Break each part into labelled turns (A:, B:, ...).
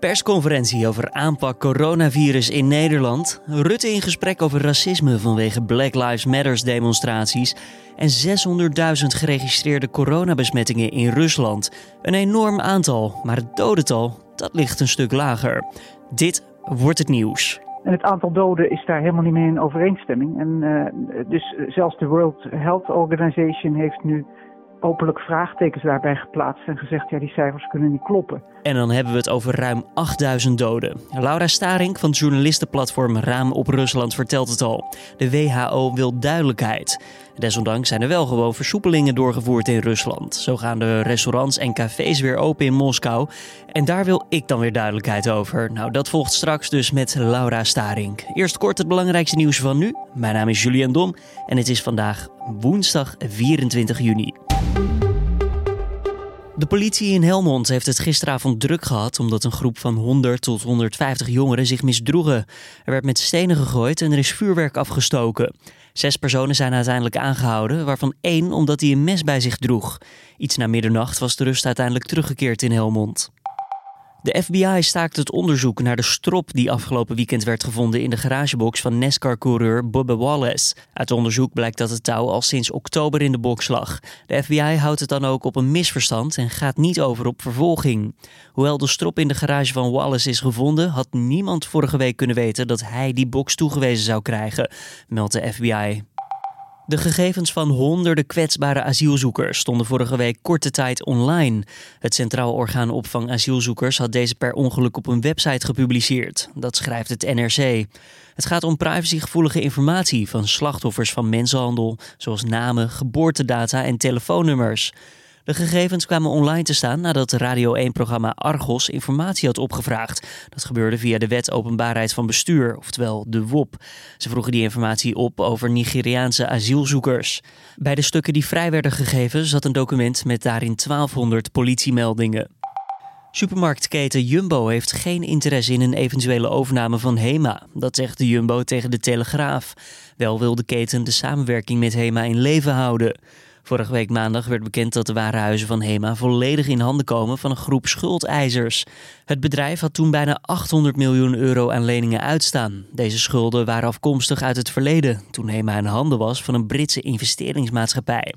A: Persconferentie over aanpak coronavirus in Nederland. Rutte in gesprek over racisme vanwege Black Lives Matter demonstraties. En 600.000 geregistreerde coronabesmettingen in Rusland. Een enorm aantal, maar het dodental, dat ligt een stuk lager. Dit wordt het nieuws.
B: En het aantal doden is daar helemaal niet mee in overeenstemming. En dus zelfs de World Health Organization heeft nu openlijk vraagtekens daarbij geplaatst en gezegd, ja, die cijfers kunnen niet kloppen.
A: En dan hebben we het over ruim 8000 doden. Laura Starink van het journalistenplatform Raam op Rusland vertelt het al. De WHO wil duidelijkheid. Desondanks zijn er wel gewoon versoepelingen doorgevoerd in Rusland. Zo gaan de restaurants en cafés weer open in Moskou. En daar wil ik dan weer duidelijkheid over. Nou, dat volgt straks dus met Laura Starink. Eerst kort het belangrijkste nieuws van nu. Mijn naam is Julian Dom en het is vandaag woensdag 24 juni. De politie in Helmond heeft het gisteravond druk gehad omdat een groep van 100 tot 150 jongeren zich misdroegen. Er werd met stenen gegooid en er is vuurwerk afgestoken. 6 personen zijn uiteindelijk aangehouden, waarvan 1 omdat hij een mes bij zich droeg. Iets na middernacht was de rust uiteindelijk teruggekeerd in Helmond. De FBI staakt het onderzoek naar de strop die afgelopen weekend werd gevonden in de garagebox van NASCAR-coureur Bubba Wallace. Uit onderzoek blijkt dat het touw al sinds oktober in de box lag. De FBI houdt het dan ook op een misverstand en gaat niet over op vervolging. Hoewel de strop in de garage van Wallace is gevonden, had niemand vorige week kunnen weten dat hij die box toegewezen zou krijgen, meldt de FBI. De gegevens van honderden kwetsbare asielzoekers stonden vorige week korte tijd online. Het Centraal Orgaan Opvang Asielzoekers had deze per ongeluk op een website gepubliceerd. Dat schrijft het NRC. Het gaat om privacygevoelige informatie van slachtoffers van mensenhandel, zoals namen, geboortedata en telefoonnummers. De gegevens kwamen online te staan nadat Radio 1-programma Argos informatie had opgevraagd. Dat gebeurde via de Wet Openbaarheid van Bestuur, oftewel de WOP. Ze vroegen die informatie op over Nigeriaanse asielzoekers. Bij de stukken die vrij werden gegeven zat een document met daarin 1200 politiemeldingen. Supermarktketen Jumbo heeft geen interesse in een eventuele overname van HEMA. Dat zegt de Jumbo tegen de Telegraaf. Wel wil de keten de samenwerking met HEMA in leven houden. Vorige week maandag werd bekend dat de warenhuizen van HEMA volledig in handen komen van een groep schuldeisers. Het bedrijf had toen bijna 800 miljoen euro aan leningen uitstaan. Deze schulden waren afkomstig uit het verleden, toen HEMA in handen was van een Britse investeringsmaatschappij.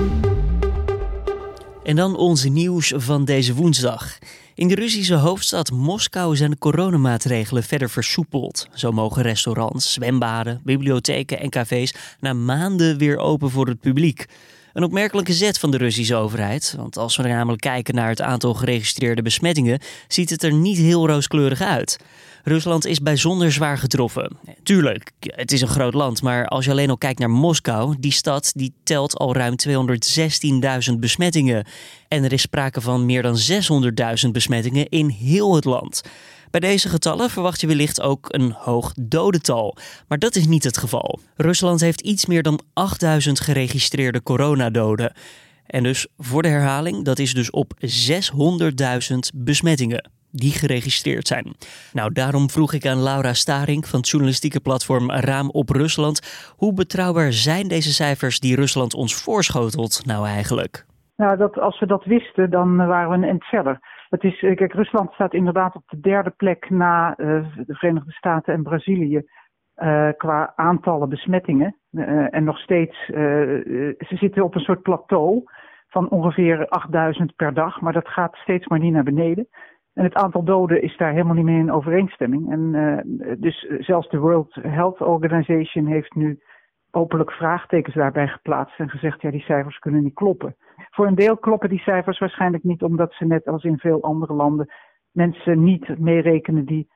A: En dan ons nieuws van deze woensdag. In de Russische hoofdstad Moskou zijn de coronamaatregelen verder versoepeld. Zo mogen restaurants, zwembaden, bibliotheken en cafés na maanden weer open voor het publiek. Een opmerkelijke zet van de Russische overheid, want als we namelijk kijken naar het aantal geregistreerde besmettingen, ziet het er niet heel rooskleurig uit. Rusland is bijzonder zwaar getroffen. Tuurlijk, het is een groot land, maar als je alleen al kijkt naar Moskou, die stad die telt al ruim 216.000 besmettingen. En er is sprake van meer dan 600.000 besmettingen in heel het land. Bij deze getallen verwacht je wellicht ook een hoog dodental. Maar dat is niet het geval. Rusland heeft iets meer dan 8000 geregistreerde coronadoden. En dus voor de herhaling, dat is dus op 600.000 besmettingen die geregistreerd zijn. Nou, daarom vroeg ik aan Laura Starink van het journalistieke platform Raam op Rusland. Hoe betrouwbaar zijn deze cijfers die Rusland ons voorschotelt nou eigenlijk?
B: Nou, als we dat wisten, dan waren we een eind verder. Kijk, Rusland staat inderdaad op de 3e plek na de Verenigde Staten en Brazilië qua aantallen besmettingen. En nog steeds, ze zitten op een soort plateau van ongeveer 8000 per dag, maar dat gaat steeds maar niet naar beneden. En het aantal doden is daar helemaal niet mee in overeenstemming. En dus zelfs de World Health Organization heeft nu openlijk vraagtekens daarbij geplaatst en gezegd, ja, die cijfers kunnen niet kloppen. Voor een deel kloppen die cijfers waarschijnlijk niet, omdat ze net als in veel andere landen mensen niet meerekenen die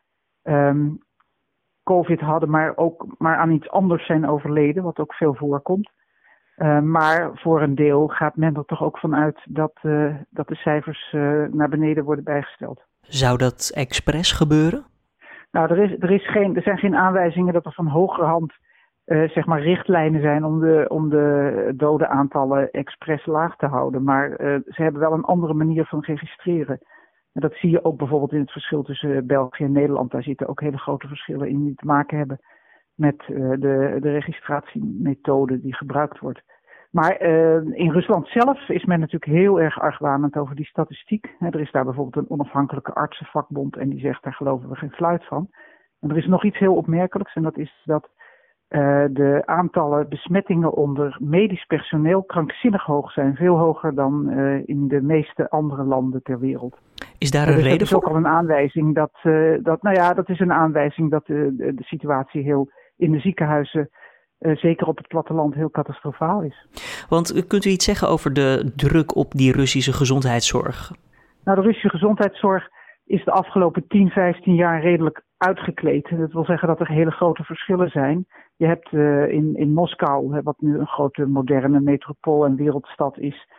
B: COVID hadden, maar aan iets anders zijn overleden, wat ook veel voorkomt. Maar voor een deel gaat men er toch ook van uit dat de cijfers naar beneden worden bijgesteld.
A: Zou dat expres gebeuren?
B: Nou, er zijn geen aanwijzingen dat er van hogerhand richtlijnen zijn om de dodenaantallen expres laag te houden. Maar ze hebben wel een andere manier van registreren. En dat zie je ook bijvoorbeeld in het verschil tussen België en Nederland. Daar zitten ook hele grote verschillen in die te maken hebben met de registratiemethode die gebruikt wordt. Maar in Rusland zelf is men natuurlijk heel erg argwanend over die statistiek. Er is daar bijvoorbeeld een onafhankelijke artsenvakbond en die zegt, daar geloven we geen fluit van. En er is nog iets heel opmerkelijks en dat is dat de aantallen besmettingen onder medisch personeel krankzinnig hoog zijn. Veel hoger dan in de meeste andere landen ter wereld.
A: Is daar een reden voor?
B: Dat is ook al een aanwijzing dat is een aanwijzing dat de situatie heel in de ziekenhuizen, zeker op het platteland, heel catastrofaal is.
A: Want kunt u iets zeggen over de druk op die Russische gezondheidszorg?
B: Nou, de Russische gezondheidszorg is de afgelopen 10, 15 jaar redelijk uitgekleed. Dat wil zeggen dat er hele grote verschillen zijn. Je hebt in Moskou, wat nu een grote moderne metropool en wereldstad is,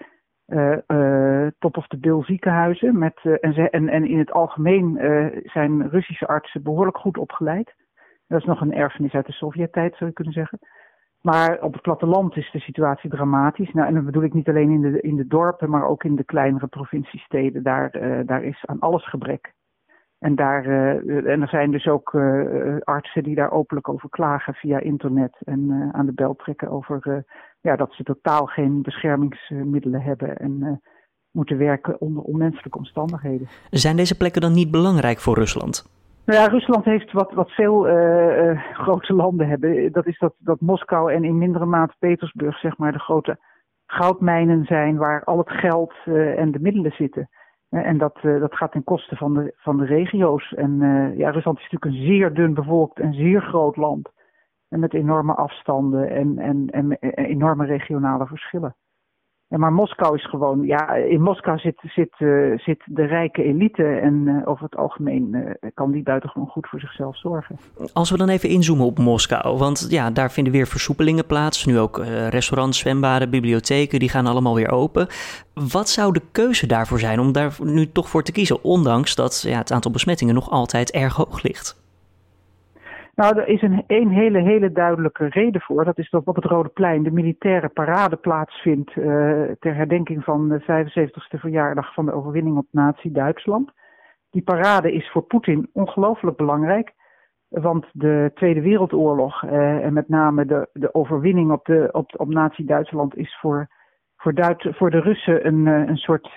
B: top of the bill ziekenhuizen. En in het algemeen zijn Russische artsen behoorlijk goed opgeleid. Dat is nog een erfenis uit de Sovjet-tijd, zou je kunnen zeggen. Maar op het platteland is de situatie dramatisch. Nou, en dat bedoel ik niet alleen in de dorpen, maar ook in de kleinere provinciesteden. Daar is aan alles gebrek. En er zijn dus ook artsen die daar openlijk over klagen via internet en aan de bel trekken over dat ze totaal geen beschermingsmiddelen hebben en moeten werken onder onmenselijke omstandigheden.
A: Zijn deze plekken dan niet belangrijk voor Rusland?
B: Nou ja, Rusland heeft wat veel grote landen hebben. Dat is dat Moskou en in mindere mate Petersburg, zeg maar, de grote goudmijnen zijn waar al het geld en de middelen zitten. En dat gaat ten koste van de regio's. En Rusland is natuurlijk een zeer dun bevolkt en zeer groot land. En met enorme afstanden en enorme regionale verschillen. Maar Moskou is gewoon, in Moskou zit de rijke elite en over het algemeen kan die buitengewoon goed voor zichzelf zorgen.
A: Als we dan even inzoomen op Moskou, want daar vinden weer versoepelingen plaats. Nu ook restaurants, zwembaden, bibliotheken, die gaan allemaal weer open. Wat zou de keuze daarvoor zijn om daar nu toch voor te kiezen, ondanks dat het aantal besmettingen nog altijd erg hoog ligt?
B: Nou, er is een hele duidelijke reden voor. Dat is dat op het Rode Plein de militaire parade plaatsvindt ter herdenking van de 75ste verjaardag van de overwinning op Nazi-Duitsland. Die parade is voor Poetin ongelooflijk belangrijk. Want de Tweede Wereldoorlog en met name de overwinning op Nazi-Duitsland is voor de Russen een soort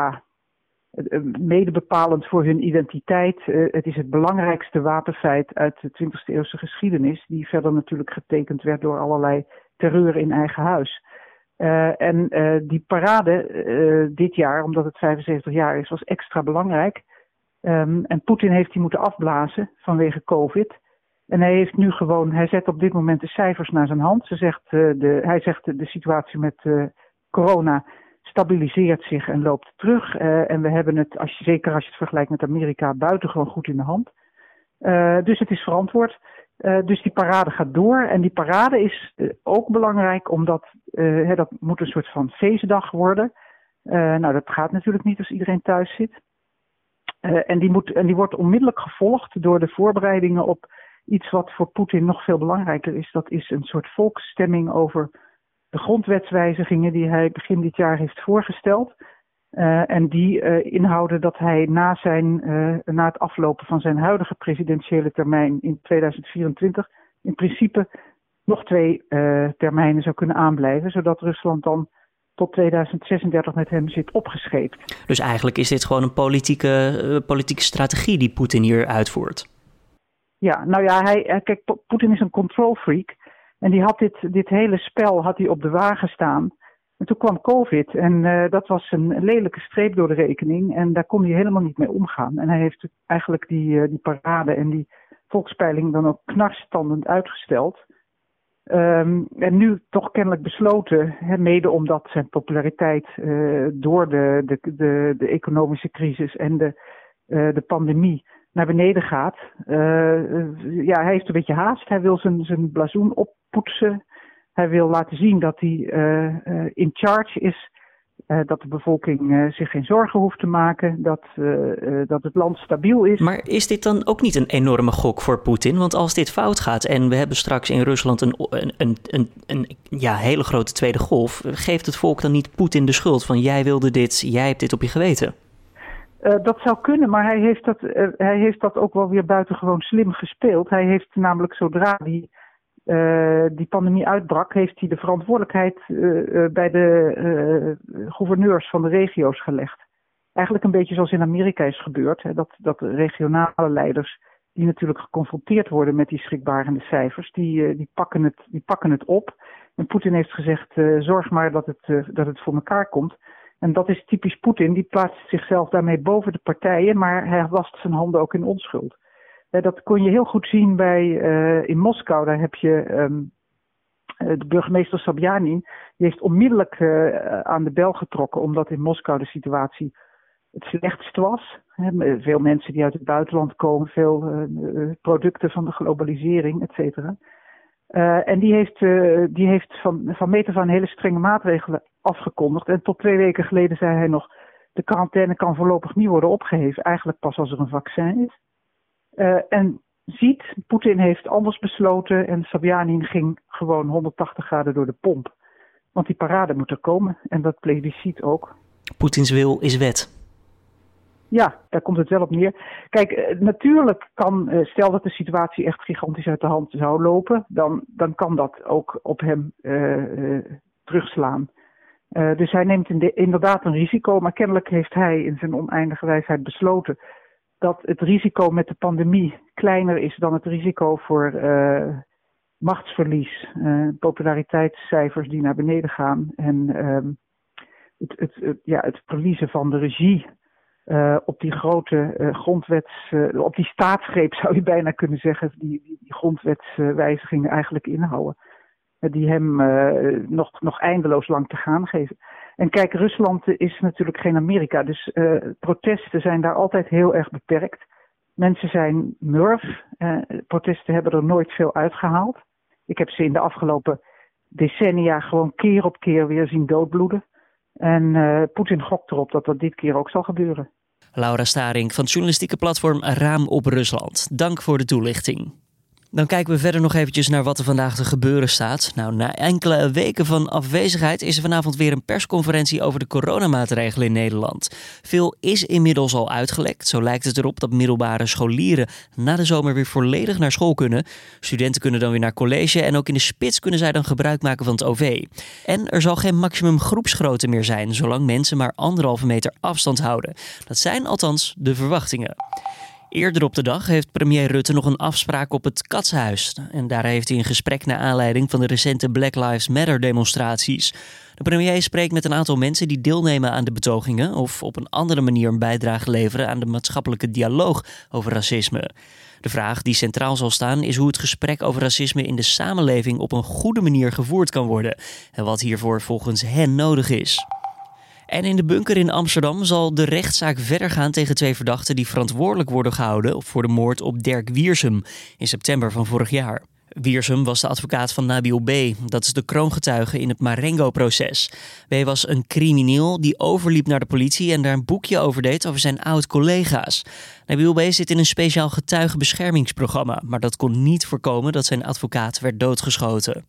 B: mede bepalend voor hun identiteit. Het is het belangrijkste wapenfeit uit de 20e eeuwse geschiedenis, die verder natuurlijk getekend werd door allerlei terreur in eigen huis. Die parade dit jaar, omdat het 75 jaar is, was extra belangrijk. En Poetin heeft die moeten afblazen vanwege COVID. En hij zet op dit moment de cijfers naar zijn hand. Hij zegt de situatie met corona stabiliseert zich en loopt terug. En we hebben het, zeker als je het vergelijkt met Amerika, buitengewoon goed in de hand. Dus het is verantwoord. Dus die parade gaat door. En die parade is ook belangrijk omdat dat moet een soort van feestdag worden. Dat gaat natuurlijk niet als iedereen thuis zit. En die wordt onmiddellijk gevolgd door de voorbereidingen op iets wat voor Poetin nog veel belangrijker is. Dat is een soort volksstemming over de grondwetswijzigingen die hij begin dit jaar heeft voorgesteld. En die inhouden dat hij na het aflopen van zijn huidige presidentiële termijn in 2024 in principe nog 2 termijnen zou kunnen aanblijven, zodat Rusland dan tot 2036 met hem zit opgescheept.
A: Dus eigenlijk is dit gewoon een politieke strategie die Poetin hier uitvoert? Ja,
B: kijk, Poetin is een control freak. En die had dit hele spel op de wagen staan. En toen kwam COVID en dat was een lelijke streep door de rekening. En daar kon hij helemaal niet mee omgaan. En hij heeft eigenlijk die parade en die volkspeiling dan ook knarstandend uitgesteld. En nu toch kennelijk besloten, mede omdat zijn populariteit door de economische crisis en de pandemie naar beneden gaat. Hij heeft een beetje haast. Hij wil zijn blazoen oppoetsen. Hij wil laten zien dat hij in charge is. Dat de bevolking zich geen zorgen hoeft te maken. Dat het land stabiel is.
A: Maar is dit dan ook niet een enorme gok voor Poetin? Want als dit fout gaat en we hebben straks in Rusland een hele grote tweede golf, geeft het volk dan niet Poetin de schuld van jij wilde dit, jij hebt dit op je geweten?
B: Dat zou kunnen, maar hij heeft dat ook wel weer buitengewoon slim gespeeld. Hij heeft namelijk zodra hij die pandemie uitbrak, heeft hij de verantwoordelijkheid bij de gouverneurs van de regio's gelegd. Eigenlijk een beetje zoals in Amerika is gebeurd. Hè, dat regionale leiders, die natuurlijk geconfronteerd worden met die schrikbarende cijfers, die pakken het op. En Poetin heeft gezegd, zorg maar dat het voor elkaar komt. En dat is typisch Poetin, die plaatst zichzelf daarmee boven de partijen, maar hij wast zijn handen ook in onschuld. Dat kon je heel goed zien in Moskou. Daar heb je de burgemeester Sobjanin, die heeft onmiddellijk aan de bel getrokken, omdat in Moskou de situatie het slechtst was. Veel mensen die uit het buitenland komen, veel producten van de globalisering, et cetera. En die heeft van meet af aan hele strenge maatregelen afgekondigd. En tot 2 weken geleden zei hij nog, de quarantaine kan voorlopig niet worden opgeheven. Eigenlijk pas als er een vaccin is. En Poetin heeft anders besloten en Sobjanin ging gewoon 180 graden door de pomp. Want die parade moet er komen en dat plebiscit ook.
A: Poetins wil is wet.
B: Ja, daar komt het wel op neer. Kijk, natuurlijk kan, stel dat de situatie echt gigantisch uit de hand zou lopen, dan kan dat ook op hem terugslaan. Dus hij neemt inderdaad een risico, maar kennelijk heeft hij in zijn oneindige wijsheid besloten dat het risico met de pandemie kleiner is dan het risico voor machtsverlies, populariteitscijfers die naar beneden gaan en het verliezen van de regie op die grote op die staatsgreep zou je bijna kunnen zeggen, die grondwetswijzigingen eigenlijk inhouden. Die hem nog eindeloos lang te gaan geven. En kijk, Rusland is natuurlijk geen Amerika, dus protesten zijn daar altijd heel erg beperkt. Mensen zijn murf, protesten hebben er nooit veel uitgehaald. Ik heb ze in de afgelopen decennia gewoon keer op keer weer zien doodbloeden. En Poetin gokt erop dat dat dit keer ook zal gebeuren.
A: Laura Staring van het journalistieke platform Raam op Rusland. Dank voor de toelichting. Dan kijken we verder nog eventjes naar wat er vandaag te gebeuren staat. Nou, na enkele weken van afwezigheid is er vanavond weer een persconferentie over de coronamaatregelen in Nederland. Veel is inmiddels al uitgelekt. Zo lijkt het erop dat middelbare scholieren na de zomer weer volledig naar school kunnen. Studenten kunnen dan weer naar college en ook in de spits kunnen zij dan gebruik maken van het OV. En er zal geen maximum groepsgrootte meer zijn, zolang mensen maar 1,5 meter afstand houden. Dat zijn althans de verwachtingen. Eerder op de dag heeft premier Rutte nog een afspraak op het Katshuis. En daar heeft hij een gesprek naar aanleiding van de recente Black Lives Matter demonstraties. De premier spreekt met een aantal mensen die deelnemen aan de betogingen of op een andere manier een bijdrage leveren aan de maatschappelijke dialoog over racisme. De vraag die centraal zal staan is hoe het gesprek over racisme in de samenleving op een goede manier gevoerd kan worden. En wat hiervoor volgens hen nodig is. En in de bunker in Amsterdam zal de rechtszaak verder gaan tegen 2 verdachten die verantwoordelijk worden gehouden voor de moord op Dirk Wiersum in september van vorig jaar. Wiersum was de advocaat van Nabil B. Dat is de kroongetuige in het Marengo-proces. B. was een crimineel die overliep naar de politie en daar een boekje over deed over zijn oud-collega's. Nabil B. zit in een speciaal getuigenbeschermingsprogramma, maar dat kon niet voorkomen dat zijn advocaat werd doodgeschoten.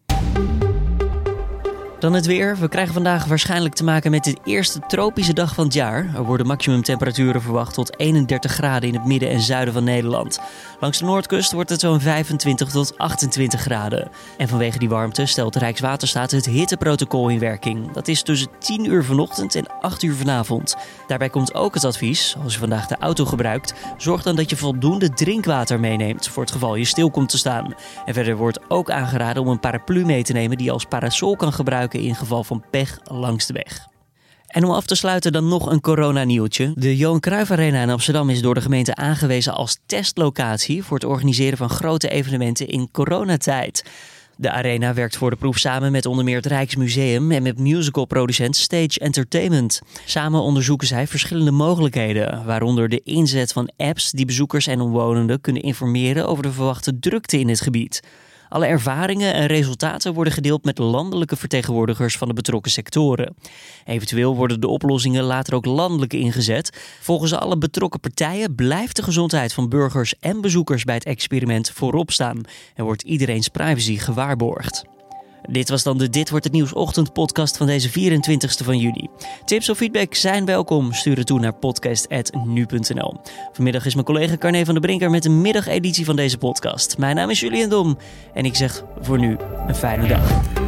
A: Dan het weer. We krijgen vandaag waarschijnlijk te maken met de eerste tropische dag van het jaar. Er worden maximumtemperaturen verwacht tot 31 graden in het midden en zuiden van Nederland. Langs de noordkust wordt het zo'n 25 tot 28 graden. En vanwege die warmte stelt Rijkswaterstaat het hitteprotocol in werking. Dat is tussen 10 uur vanochtend en 8 uur vanavond. Daarbij komt ook het advies, als je vandaag de auto gebruikt, zorg dan dat je voldoende drinkwater meeneemt voor het geval je stil komt te staan. En verder wordt ook aangeraden om een paraplu mee te nemen die je als parasol kan gebruiken in geval van pech langs de weg. En om af te sluiten dan nog een coronanieuwtje. De Johan Cruijff Arena in Amsterdam is door de gemeente aangewezen als testlocatie voor het organiseren van grote evenementen in coronatijd. De arena werkt voor de proef samen met onder meer het Rijksmuseum en met musicalproducent Stage Entertainment. Samen onderzoeken zij verschillende mogelijkheden, waaronder de inzet van apps die bezoekers en omwonenden kunnen informeren over de verwachte drukte in het gebied. Alle ervaringen en resultaten worden gedeeld met landelijke vertegenwoordigers van de betrokken sectoren. Eventueel worden de oplossingen later ook landelijk ingezet. Volgens alle betrokken partijen blijft de gezondheid van burgers en bezoekers bij het experiment voorop staan en wordt iedereen's privacy gewaarborgd. Dit was dan de Dit Wordt Het Nieuws ochtendpodcast van deze 24e van juni. Tips of feedback zijn welkom. Stuur het toe naar podcast@nu.nl. Vanmiddag is mijn collega Carne van der Brinker met de middageditie van deze podcast. Mijn naam is Julian Dom en ik zeg voor nu een fijne dag.